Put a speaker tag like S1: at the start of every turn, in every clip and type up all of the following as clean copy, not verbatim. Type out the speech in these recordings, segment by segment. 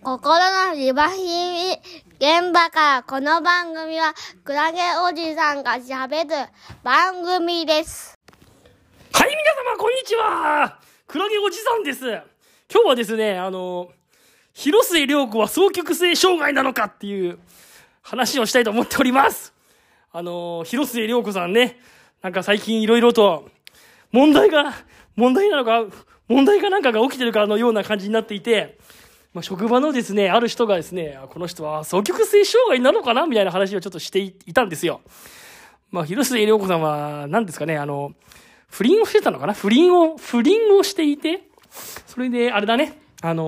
S1: 心のリバヒミ現場からこの番組はクラゲおじさんが喋る番組です。
S2: はい、皆様こんにちは。クラゲおじさんです。今日はですね、広末涼子は双極性障害なのかっていう話をしたいと思っております。広末涼子さんね、なんか最近いろいろと問題かなんかが起きてるかのような感じになっていて、職場のですね、ある人がですね、この人は双極性障害なのかなみたいな話をちょっとしていたんですよ。広末涼子さんは何ですかね、不倫をしてたのかな不倫をしていて、それであれだね、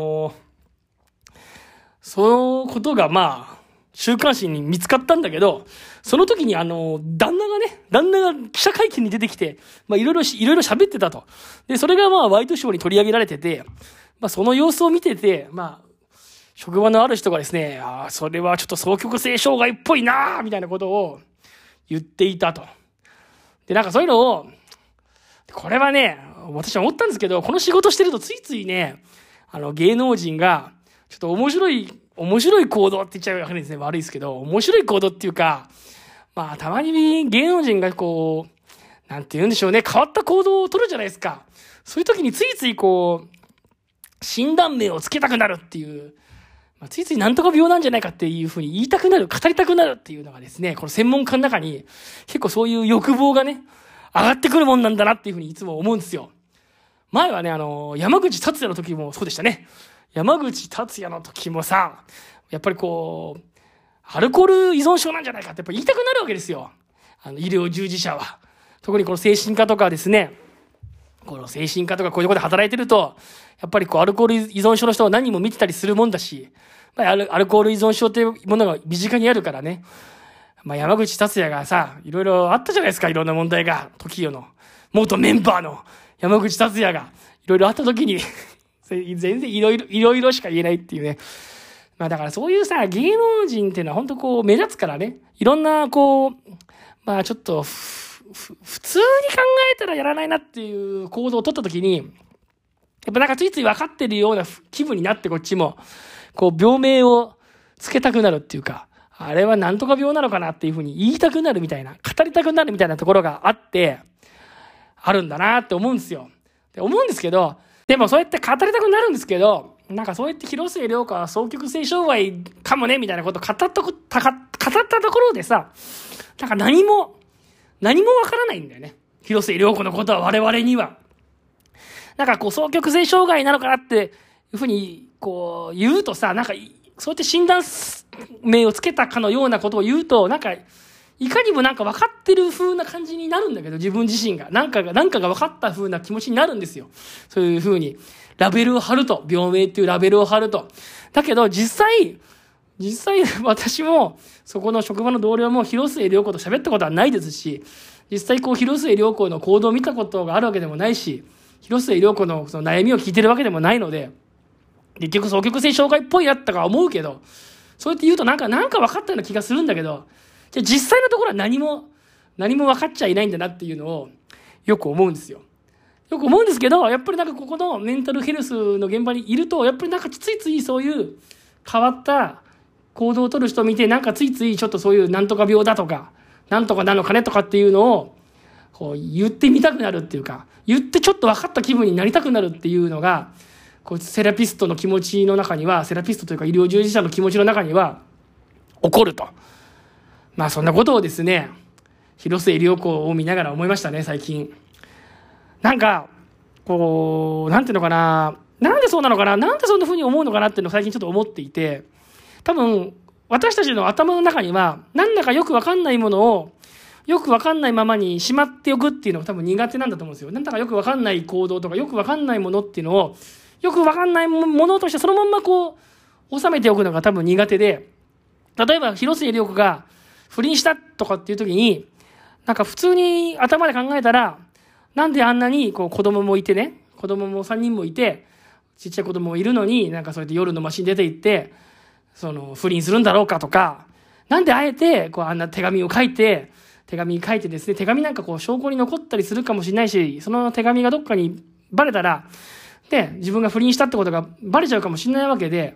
S2: そのことが週刊誌に見つかったんだけど、その時に旦那が記者会見に出てきて、いろいろ喋ってたと。で、それがワイドショーに取り上げられてて、その様子を見てて、職場のある人がですね、それはちょっと双極性障害っぽいなみたいなことを言っていたと。で、なんかそういうのを、これはね、私は思ったんですけど、この仕事してるとついついね、芸能人が、ちょっと面白い行動って言っちゃうわけですね。悪いですけど、面白い行動っていうか、たまに芸能人がなんて言うんでしょうね、変わった行動を取るじゃないですか。そういう時についつい診断名をつけたくなるっていう、ついついなんとか病なんじゃないかっていうふうに言いたくなる、語りたくなるっていうのがですね、この専門家の中に結構そういう欲望がね、上がってくるもんなんだなっていうふうにいつも思うんですよ。前はね、山口達也の時もそうでしたね。山口達也の時もさ、やっぱりアルコール依存症なんじゃないかってやっぱ言いたくなるわけですよ。医療従事者は。特にこの精神科とかですね、この精神科とかこういうところで働いてると、やっぱりアルコール依存症の人を何人も見てたりするもんだし、アルコール依存症っていうものが身近にあるからね。山口達也がさ、いろいろあったじゃないですか、いろんな問題が。TOKIO の元メンバーの山口達也がいろいろあった時に全然いろいろしか言えないっていうね。だからそういうさ、芸能人っていうのは本当目立つからね。いろんなちょっと普通に考えたらやらないなっていう行動を取った時に、やっぱなんかついつい分かってるような気分になってこっちも、病名をつけたくなるっていうか、あれはなんとか病なのかなっていうふうに言いたくなるみたいな、語りたくなるみたいなところがあって、あるんだなって思うんですよ。で、思うんですけど、でもそうやって語りたくなるんですけど、なんかそうやって広末涼子は双極性障害かもねみたいなことを語ったところでさ、なんか何もわからないんだよね。広末涼子のことは我々には。なんか双極性障害なのかなっていうふうに言うとさ、なんかそうやって診断名をつけたかのようなことを言うと、なんかいかにもなんか分かってる風な感じになるんだけど、自分自身がなんかが分かった風な気持ちになるんですよ。そういう風にラベルを貼ると、病名っていうラベルを貼ると。だけど実際私もそこの職場の同僚も広末涼子と喋ったことはないですし、実際広末涼子の行動を見たことがあるわけでもないし、広末涼子のその悩みを聞いてるわけでもないので、結局双極性障害っぽいなったか思うけど、そうやって言うとなんか分かったような気がするんだけど、じゃあ実際のところは何も分かっちゃいないんだなっていうのをよく思うんですよ。よく思うんですけど、やっぱりなんかここのメンタルヘルスの現場にいると、やっぱりなんかついついそういう変わった行動を取る人を見て、なんかついついちょっとそういうなんとか病だとか、なんとかなのかねとかっていうのを言ってみたくなるっていうか、言ってちょっと分かった気分になりたくなるっていうのが、セラピストの気持ちの中には、セラピストというか医療従事者の気持ちの中には起こると。そんなことをですね、広末涼子を見ながら思いましたね、最近。なんか、なんていうのかな、なんでそうなのかな、なんでそんな風に思うのかなっていうのを最近ちょっと思っていて、多分、私たちの頭の中には、なんだかよくわかんないものを、よくわかんないままにしまっておくっていうのが多分苦手なんだと思うんですよ。なんだかよくわかんない行動とか、よくわかんないものっていうのを、よくわかんないものとしてそのまんま収めておくのが多分苦手で、例えば広末涼子が不倫したとかっていう時に、なんか普通に頭で考えたら、なんであんなに子供もいてね、子供も3人もいて、ちっちゃい子供もいるのに、なんかそうやって夜の街に出て行って、不倫するんだろうかとか、なんであえてあんな手紙書いてですね、手紙なんか証拠に残ったりするかもしれないし、その手紙がどっかにバレたら、で、自分が不倫したってことがバレちゃうかもしれないわけで、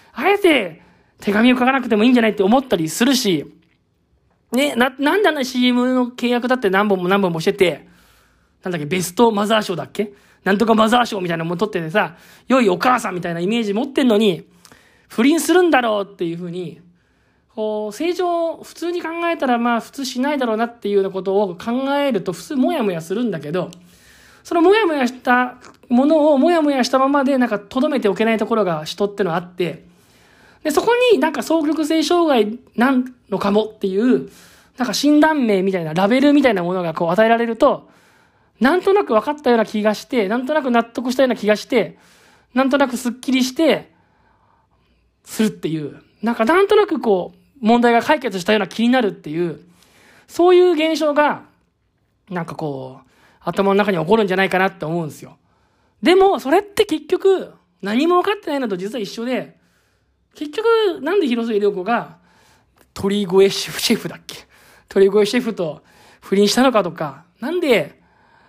S2: あえて手紙を書かなくてもいいんじゃないって思ったりするし、ね、なんであんな CM の契約だって何本もしてて、なんだっけ、ベストマザー賞だっけ、なんとかマザー賞みたいなのも取っててさ、良いお母さんみたいなイメージ持ってんのに、不倫するんだろうっていうふうに、こう、正常、普通に考えたらまあ普通しないだろうなっていうようなことを考えると普通もやもやするんだけど、そのもやもやしたものをもやもやしたままでなんか留めておけないところが人ってのはあって、で、そこになんか双極性障害なのかもっていう、なんか診断名みたいなラベルみたいなものがこう与えられると、なんとなく分かったような気がして、なんとなく納得したような気がして、なんとなくスッキリして、するっていう、なんとなくこう、問題が解決したような気になるっていう、そういう現象が、なんかこう、頭の中に起こるんじゃないかなって思うんですよ。でも、それって結局、何も分かってないのと実は一緒で、結局、なんで広末涼子が、鳥越シェフだっけ、鳥越シェフと不倫したのかとか、なんで、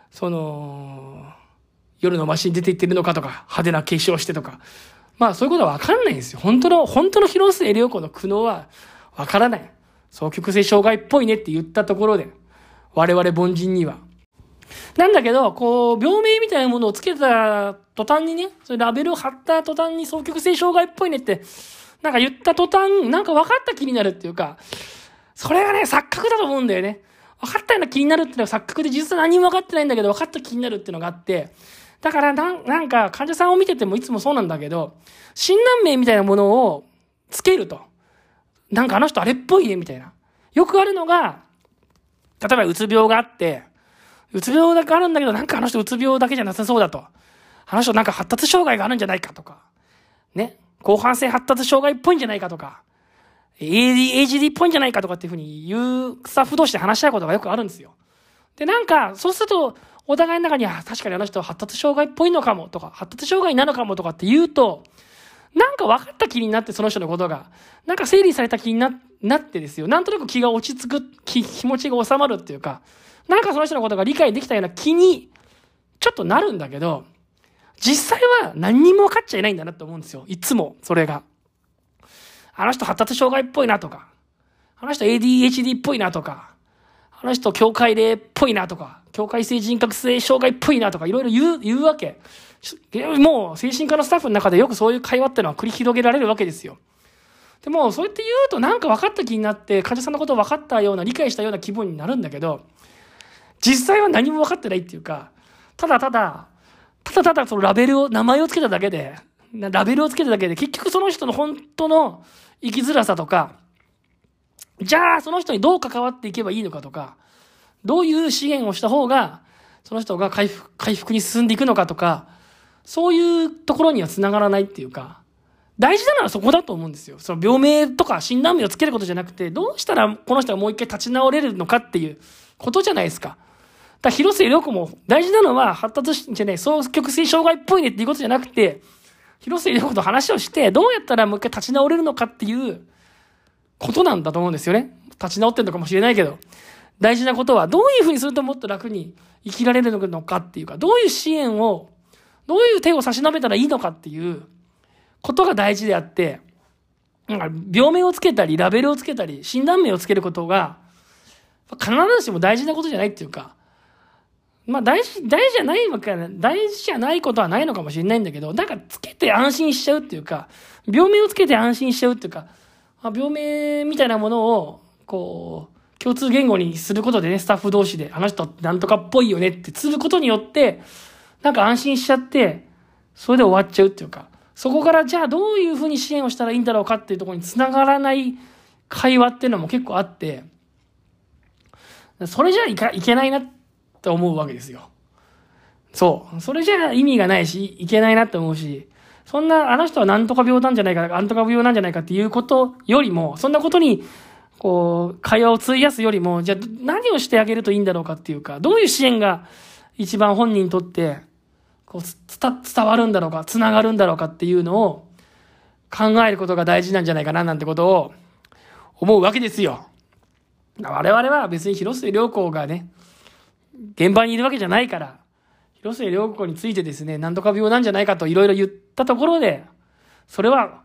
S2: 夜の街に出て行ってるのかとか、派手な化粧してとか、まあそういうことは分かんないんですよ。本当の広末涼子の苦悩は分からない。双極性障害っぽいねって言ったところで、我々凡人には。なんだけど、こう、病名みたいなものをつけた途端にね、それラベルを貼った途端に双極性障害っぽいねって、なんか言った途端、なんか分かった気になるっていうか、それがね、錯覚だと思うんだよね。分かったような気になるっていうのは錯覚で実は何も分かってないんだけど、分かった気になるっていうのがあって、だからなんか患者さんを見ててもいつもそうなんだけど、診断名みたいなものをつけると。なんかあの人あれっぽいねみたいな。よくあるのが、例えばうつ病があって、うつ病があるんだけど、なんかあの人うつ病だけじゃなさそうだと。あの人なんか発達障害があるんじゃないかとか。ね。広汎性発達障害っぽいんじゃないかとか。ADHD っぽいんじゃないかとかっていうふうに言うスタッフ同士で話し合うことがよくあるんですよ。で、なんか、そうすると、お互いの中に、確かにあの人は発達障害っぽいのかもとか、発達障害なのかもとかって言うと、なんか分かった気になってその人のことが、なんか整理された気になってですよ。なんとなく気が落ち着く、気持ちが収まるっていうか、なんかその人のことが理解できたような気に、ちょっとなるんだけど、実際は何にも分かっちゃいないんだなって思うんですよ。いつも、それが。あの人発達障害っぽいなとか、あの人 ADHD っぽいなとか、あの人境界例っぽいなとか、境界性人格性障害っぽいなとか、いろいろ言うわけ。もう精神科のスタッフの中でよくそういう会話ってのは繰り広げられるわけですよ。でも、そうやって言うとなんか分かった気になって、患者さんのことを分かったような、理解したような気分になるんだけど、実際は何も分かってないっていうか、ただそのラベルを、名前をつけただけで、結局その人の本当の生きづらさとか、じゃあその人にどう関わっていけばいいのかとか、どういう支援をした方が、その人が回復に進んでいくのかとか、そういうところには繋がらないっていうか、大事なのはそこだと思うんですよ。その病名とか診断名をつけることじゃなくて、どうしたらこの人がもう一回立ち直れるのかっていうことじゃないですか。だから広末涼子も大事なのは双極性障害っぽいねっていうことじゃなくて、広末涼子と話をして、どうやったらもう一回立ち直れるのかっていうことなんだと思うんですよね。立ち直ってるのかもしれないけど、大事なことはどういうふうにするともっと楽に生きられるのかっていうか、どういう支援を、どういう手を差し伸べたらいいのかっていうことが大事であって、病名をつけたり、ラベルをつけたり、診断名をつけることが、必ずしも大事なことじゃないっていうか、大事じゃないことはないのかもしれないんだけど、つけて安心しちゃうっていうか、病名をつけて安心しちゃうっていうか、病名みたいなものを、共通言語にすることでね、スタッフ同士で、あの人なんとかっぽいよねってすることによって、安心しちゃって、それで終わっちゃうっていうか、そこからじゃあどういうふうに支援をしたらいいんだろうかっていうところに繋がらない会話っていうのも結構あって、それじゃいけないなって思うわけですよ。そう。それじゃ意味がないし、いけないなって思うし、あの人はなんとか病なんじゃないか、なんとか病なんじゃないかっていうことよりも、そんなことに、会話を費やすよりも、じゃあ何をしてあげるといいんだろうかっていうか、どういう支援が一番本人にとって、伝わるんだろうか、つながるんだろうかっていうのを考えることが大事なんじゃないかななんてことを思うわけですよ。我々は別に広末涼子がね、現場にいるわけじゃないから、広末涼子についてですね、なんとか病なんじゃないかといろいろ言ったところで、それは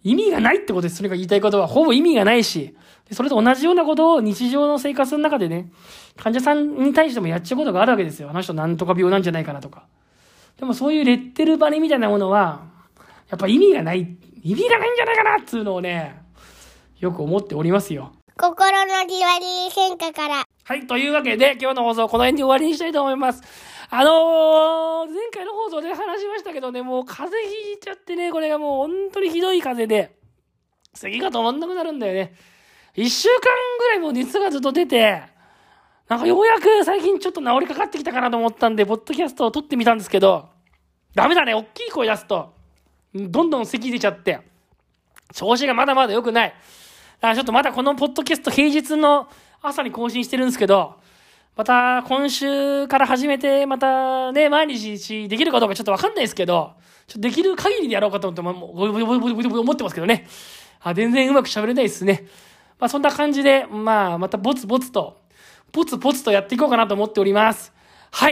S2: 意味がないってことです。それが言いたいことは。ほぼ意味がないし、それと同じようなことを日常の生活の中でね、患者さんに対してもやっちゃうことがあるわけですよ。あの人なんとか病なんじゃないかなとか。でもそういうレッテル貼りみたいなものは、やっぱ意味がないんじゃないかなっていうのをね、よく思っておりますよ。
S1: 心のじわり変化から。
S2: はい、というわけで今日の放送この辺で終わりにしたいと思います。前回の放送で話しましたけどね、もう風邪ひいちゃってね、これがもう本当にひどい風邪で、咳が止まんなくなるんだよね。1週間ぐらいもう熱がずっと出て、なんかようやく最近ちょっと治りかかってきたかなと思ったんで、ポッドキャストを撮ってみたんですけど、ダメだね、大きい声出すと、どんどん咳出ちゃって、調子がまだまだ良くない。だからちょっとまだこのポッドキャスト平日の朝に更新してるんですけど、また今週から始めて、またね、毎日できるかどうかちょっとわかんないですけど、ちょっとできる限りでやろうかと思って、思ってますけどね。全然うまく喋れないですね。そんな感じで、またポツポツとやっていこうかなと思っております。はい、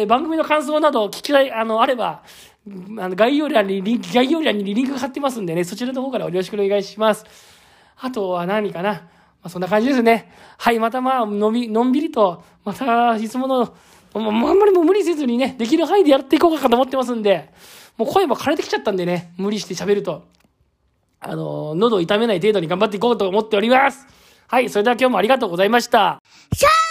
S2: 番組の感想など聞きたい、あれば、概要欄にリンクが貼ってますんでね、そちらの方からよろしくお願いします。あとは何かな。そんな感じですね。はい、またのんびりと、またいつもの、あんまりもう無理せずにね、できる範囲でやっていこうかと思ってますんで、もう声も枯れてきちゃったんでね、無理して喋ると、喉を痛めない程度に頑張っていこうと思っております。はい、それでは今日もありがとうございました。